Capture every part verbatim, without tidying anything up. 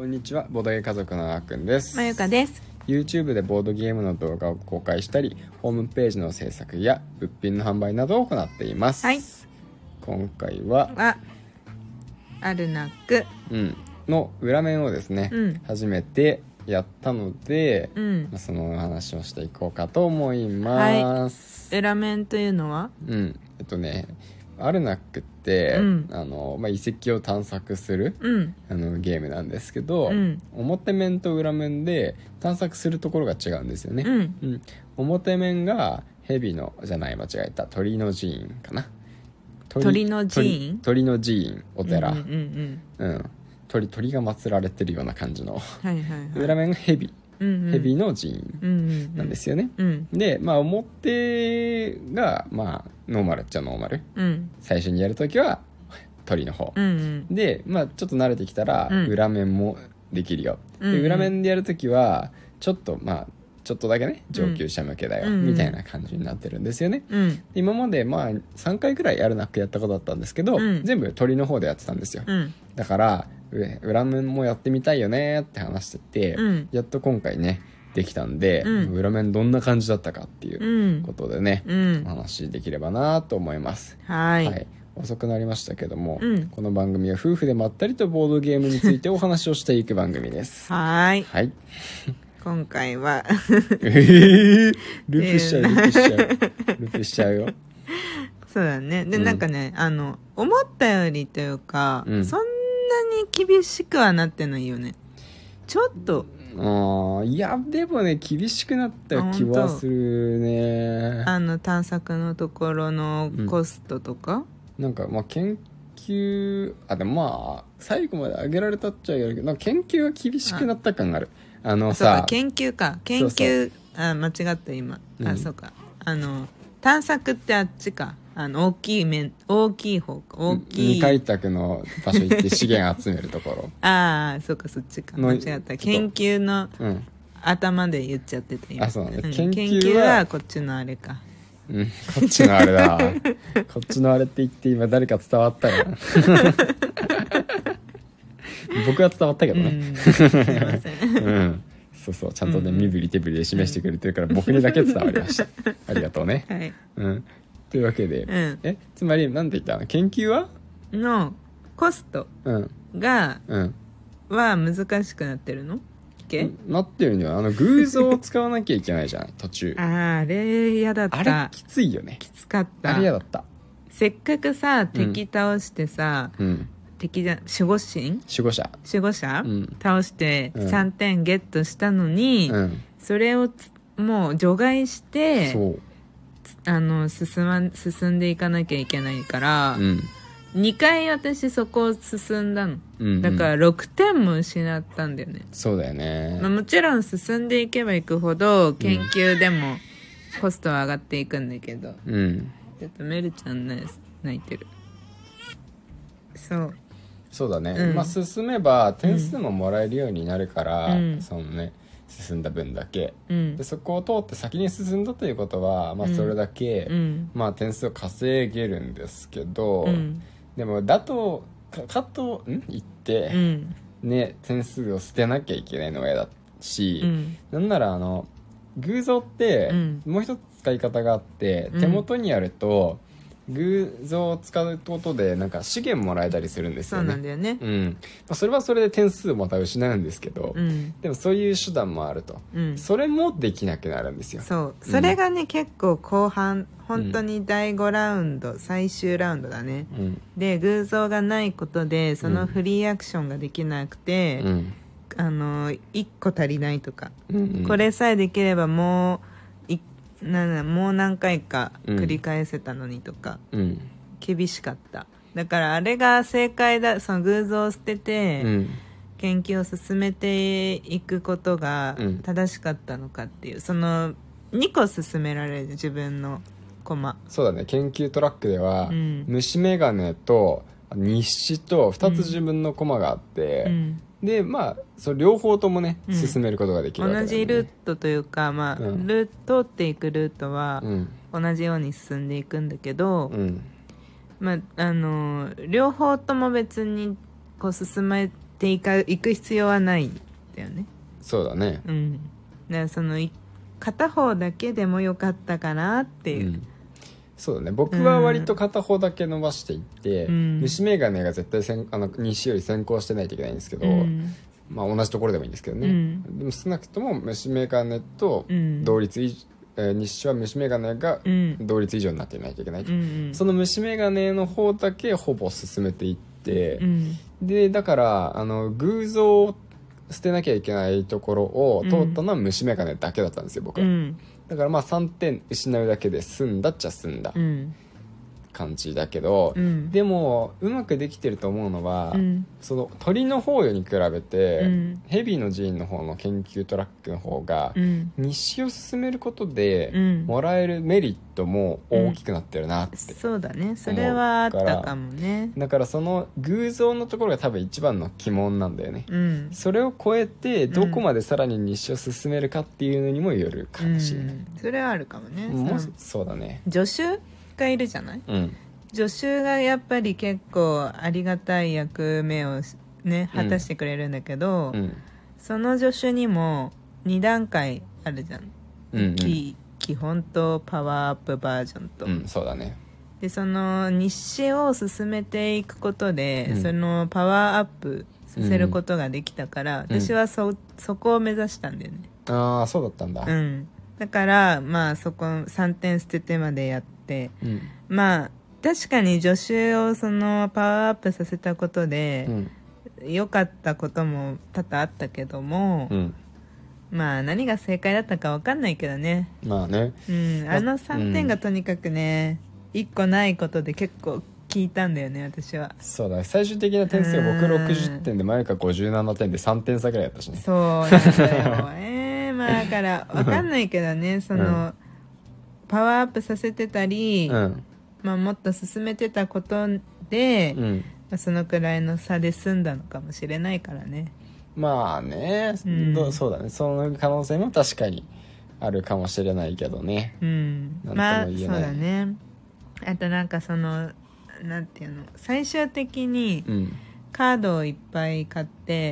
んにちは。ボードゲー家族のあーくんです。 まゆかです。 YouTube でボードゲームの動画を公開したり、ホームページの制作や物品の販売などを行っています。 はい。 今回ははアルナック、 うん、の裏面をですね、 うん、 初めてやったので、 うんまあ、その話をしていこうかと思います。 はい、裏面というのは、 うんえっとねアルナックって、 うん、 あのまあ、遺跡を探索する、 うん、 あのゲームなんですけど、 うん、 表面と裏面で探索するところが違うんですよね、 うんうん、表面が蛇のじゃない間違えた鳥の寺院かな。 鳥の寺院鳥の寺院お寺、 うんうんうんうん、鳥, 鳥が祀られてるような感じの、 はいはいはい、 裏面が蛇、 うんうん、 蛇の寺院なんですよね、 うんうんうん、 で、まあ、表が、まあ、ノーマルっちゃノーマル、 うん、 最初にやるときは鳥の方、 うんうん、 で、まあ、ちょっと慣れてきたら裏面もできるよ、 うん、 で裏面でやるときはちょっとまあちょっとだけね上級者向けだよ、 うん、 みたいな感じになってるんですよね、 うん、 今までまあさんかいくらいやるなくやったことだったんですけど、うん、全部鳥の方でやってたんですよ、うん、だから裏面もやってみたいよねって話してて、うん、やっと今回ねできたんで、うん、裏面どんな感じだったかっていうことでね、うん、お話できればなと思います。 はい、はい、 遅くなりましたけども、うん、この番組は夫婦でまったりとボードゲームについてお話をしていく番組です。 はいはい今回はえー、ループしちゃうループしちゃうループしちゃうよ。 そうだね。で、うん、なんかねあの思ったよりというか、うん、そんなに厳しくはなってないよね。ちょっとあいやでもね厳しくなった気はするね。 あの探索のところのコストとか、 うん、なんかまあ研究あでもまあ最後まで上げられたっちゃうけどなんか研究が厳しくなった感がある。あのさそうか研究か研究そうそうあ間違った今、うん、あそうかあの探索ってあっちかあの大きい面大きい方か大きい未開拓の場所行って資源集めるところああそうかそっちか間違った研究の、うん、頭で言っちゃってた今あそうなんだ、 うん、 研究 は, 研究はこっちのあれかうんこっちのあれだこっちのあれって言って今誰か伝わったよな僕は伝わったけどね、うん、すいません、うん、そうそうちゃんとね、うん、身振り手振りで示してくれてるから僕にだけ伝わりましたありがとうね、 はいうん、というわけで、うん、えつまり何て言ったの研究はのコストが、うん、は難しくなってるのなってるんじゃないあの偶像を使わなきゃいけないじゃない途中あ, あれ嫌だったあれきついよねきつかったあれ嫌だったせっかくさ敵倒してさ、うん、敵じゃ守護神守護者守護者、うん、倒してさんてんゲットしたのに、うん、それをもう除外してそうあの 進, ま進んでいかなきゃいけないから、うん、にかい私そこを進んだの、うんうん、だからろくてんも失ったんだよね。 そうだよね、 まあ、もちろん進んでいけばいくほど研究でもコストは上がっていくんだけど、うん、ちょっとメルちゃん、ね、泣いてる。そうそうだね、うんまあ、進めば点数ももらえるようになるから、うん、そのね進んだ分だけ、うん、でそこを通って先に進んだということは、まあ、それだけ、うんまあ、点数を稼げるんですけど、うん、でもだとかかとん言って、うんね、点数を捨てなきゃいけないのが嫌だし、うん、なんならあの偶像って、うん、もう一つ使い方があって、うん、手元にあると偶像を使うことでなんか資源もらえたりするんですよね。 そうなんだよね、 うんまあ、それはそれで点数をまた失うんですけど、うん、でもそういう手段もあると、うん、それもできなくなるんですよ。 そうそれがね、うん、結構後半本当にだいごラウンド、うん、最終ラウンドだね、うん、で偶像がないことでそのフリーアクションができなくて、うん、あのいっこ足りないとか、うんうん、これさえできればもうなもう何回か繰り返せたのにとか、うん、厳しかった。だからあれが正解だ、その偶像を捨てて、うん、研究を進めていくことが正しかったのかっていう、そのにこ進められる自分のコマ。 そうだね、研究トラックでは、うん、虫眼鏡と日誌とふたつ自分のコマがあって、うんうんでまあそれ両方ともね、うん、進めることができるわけだよね。 同じルートというか、まあうん、ルート通っていくルートは同じように進んでいくんだけど、うんまあ、あの両方とも別にこう進めていか行く必要はないんだよね。 そうだね。 うん。だからその片方だけでもよかったかなっていう、うん、 そうだね。僕は割と片方だけ伸ばしていって、うん、虫眼鏡が絶対せんあの西より先行してないといけないんですけど、うん、まあ同じところでもいいんですけどね、うん、でも少なくとも虫眼鏡と同率以上、うん、えー、日誌は虫眼鏡が同率以上になっていないといけないと、うん、その虫眼鏡の方だけほぼ進めていって、うん、でだからあの偶像を捨てなきゃいけないところを通ったのは虫眼鏡だけだったんですよ、僕は、うん、だからまあさんてん失うだけで済んだっちゃ済んだ感じだけど、うん、でもうまくできてると思うのは、うん、その鳥の方よに比べて、うん、ヘビの寺院の方の研究トラックの方が、うん、日誌を進めることで、うん、もらえるメリットも大きくなってるなって、うん、 そうだね、それはあったかもね。 だからその偶像のところが多分一番の鬼門なんだよね、うん、それを超えてどこまでさらに日誌を進めるかっていうのにもよるかもしれない、うん、 それはあるかもね。 もそうだね。 助手がいるじゃない、うん、助手がやっぱり結構ありがたい役目をね果たしてくれるんだけど、うん、その助手にもに段階あるじゃん、うんうん、基本とパワーアップバージョンと、 うん、そうだね。 でその日誌を進めていくことで、うん、そのパワーアップさせることができたから、うん、私は そ, そこを目指したんだよね。 ああそうだったんだ、 うん、だからまあそこさんてん捨ててまでやって、うん、まあ確かに助手をそのパワーアップさせたことで良、うん、かったことも多々あったけども、うん、まあ何が正解だったか分かんないけどね。 まあね、 うん、あのさんてんがとにかくね、うん、いっこないことで結構効いたんだよね、私は。 そうだ、最終的な点数が僕ろくじゅってんで前かごじゅうななてんでさんてん差ぐらいやったしね。 そうなんだよえー、まあだから分かんないけどねその、うん、パワーアップさせてたり、うんまあ、もっと進めてたことで、うんまあ、そのくらいの差で済んだのかもしれないからね。 まあね、うん、どそうだね、その可能性も確かにあるかもしれないけどね、うん、なんとも言えない。まあそうだね。 あとなんかそのなんていうの、最終的にカードをいっぱい買って、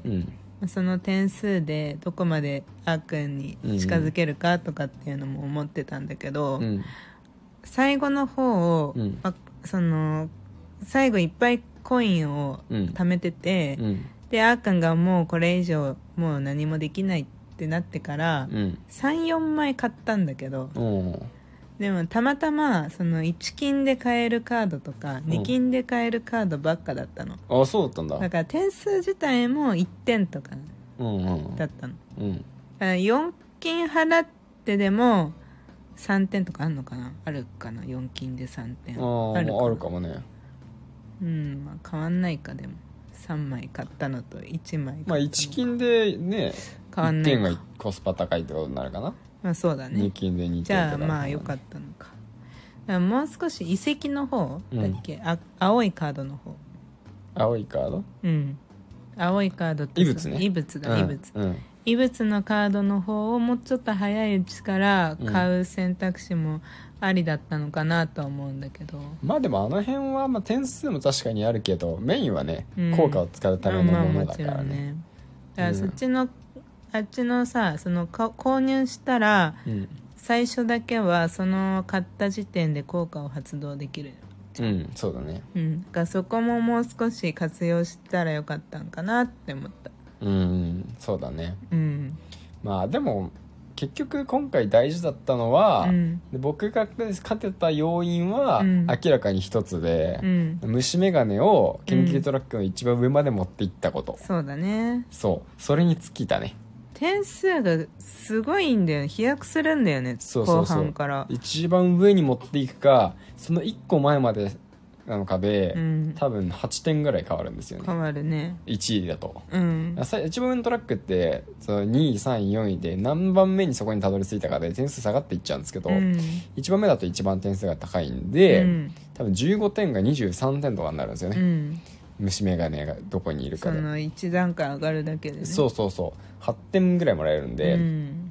うん、その点数でどこまであーくんに近づけるかとかっていうのも思ってたんだけど、うん最後の方を、うんま、その最後いっぱいコインを貯めてて、うん、であーくんがもうこれ以上もう何もできないってなってから、うん、さんよんまい買ったんだけど、うん、でもたまたまそのいち金で買えるカードとかに金で買えるカードばっかだったの。 あ、そうだったんだ。 だから点数自体もいってんとかだったの、うんうん、だからよん金払ってでもさんてんとかあるのかな、あるかな、よん金でさんてんああるかあるかもね。 うん、まあ変わんないか。でもさんまい買ったのといちまい買ったの、 まあいち金でね変わんないか、 いってんがコスパ高いってことになるかな。 まあそうだね。 に金でにてんじゃあまあよかったのか。だからもう少し遺跡の方だっけ、うん、あ青いカードの方。 青いカード、 うん青いカードって異物ね。 異物だ、異物、うんうん異物のカードの方をもうちょっと早いうちから買う選択肢もありだったのかなとは思うんだけど、うん、 まあでもあの辺はまあ点数も確かにあるけどメインはね、うん、効果を使うためのものだからね、まあ、もちろんね。だからそっちの、うん、あっちのさそのか購入したら、うん、最初だけはその買った時点で効果を発動できる。 うんそうだね、 うん、だからそこももう少し活用したらよかったんかなって思った。 うんそうだね、うん、まあでも結局今回大事だったのは、うん、で僕が勝てた要因は明らかに一つで、うん、虫眼鏡を研究トラックの一番上まで持っていったこと、 うん、そうだね。 そうそれに尽きたね。 点数がすごいんだよ、飛躍するんだよね。そうそうそう後半から一番上に持っていくかそのいっこまえまでなのかで、うん、多分はちてんぐらい変わるんですよね。 変わるねいちいだと、うん、一番上のトラックってそのにいさんいよんいで何番目にそこにたどり着いたかで点数下がっていっちゃうんですけど、うん、いちばんめだと一番点数が高いんで、うん、多分じゅうごてんがにじゅうさんてんとかになるんですよね、うん、虫眼鏡がどこにいるかでそのいち段階上がるだけでね。 そうそうそうはってんぐらいもらえるんで、うん、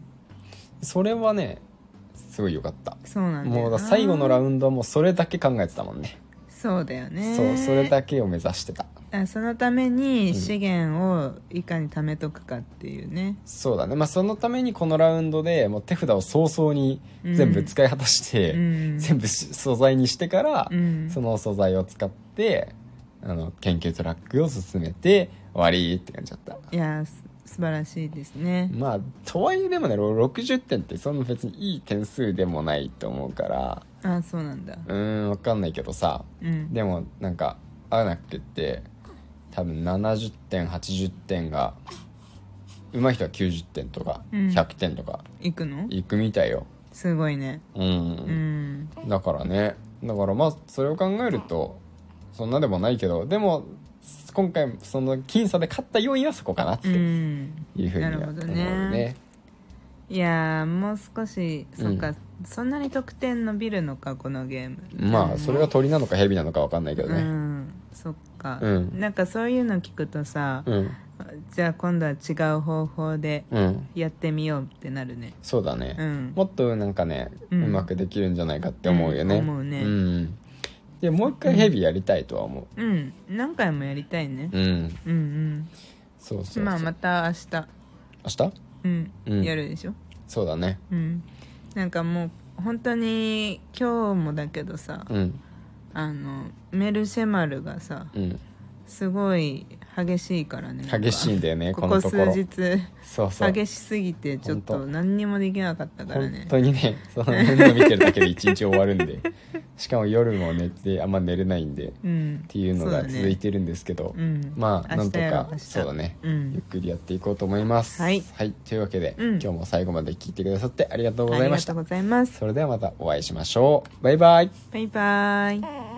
それはねすごい良かった。 そうなんだよな。 もうだ最後のラウンドはもうそれだけ考えてたもんね。 そうだよね。 そうそれだけを目指してた。 あそのために資源をいかに貯めとくかっていうね、 うん、そうだね、まあ、そのためにこのラウンドでもう手札を早々に全部使い果たして、うん、全部素材にしてから、うん、その素材を使ってあの研究トラックを進めて終わりって感じだった。 いや素晴らしいですね。 まあとはいえでもねろくじゅってんってそんな別にいい点数でもないと思うから。 あそうなんだ。 うーん分かんないけどさ、うん、でもなんかアナックって多分ななじゅってんはちじゅってんが上手い人はきゅうじゅってんとかひゃくてんとか、 うん、いくのいくみたいよ。 すごいね。 うん、うん、だからねだからまあそれを考えるとそんなでもないけどでも今回その僅差で勝った要因はそこかなっていうふうには思うね、うん、なるほどね。 いやもう少しそっか、うん、そんなに得点伸びるのかこのゲーム。 まあそれが鳥なのか蛇なのか分かんないけどね、 うん、そっか、うん、なんかそういうの聞くとさ、うん、じゃあ今度は違う方法でやってみようってなるね、うん、 そうだね、うん、もっとなんかね、うん、うまくできるんじゃないかって思うよね、 うん、思うね、うん、 でもう一回ヘビやりたいとは思う、うん、何回もやりたいね、うん、うんうんそうそうそう、 まあまた明日明日、 うん、うん、やるでしょ。 そうだね、 うん、なんかもう本当に今日もだけどさ、うん、あのメルシェマルがさ、うん、すごい激しいからね。 激しいんだよねここ数日そうそう激しすぎてちょっと何にもできなかったからね。 本当にねそのの見てるだけで一日終わるんでしかも夜も寝てあんま寝れないんで、うん、っていうのが続いてるんですけど、ね、うん、まあなんとかそうだね、うん、ゆっくりやっていこうと思います、はい、はい、というわけで、うん、今日も最後まで聞いてくださってありがとうございました。 ありがとうございます。 それではまたお会いしましょう。バイバイ。 バイバイ。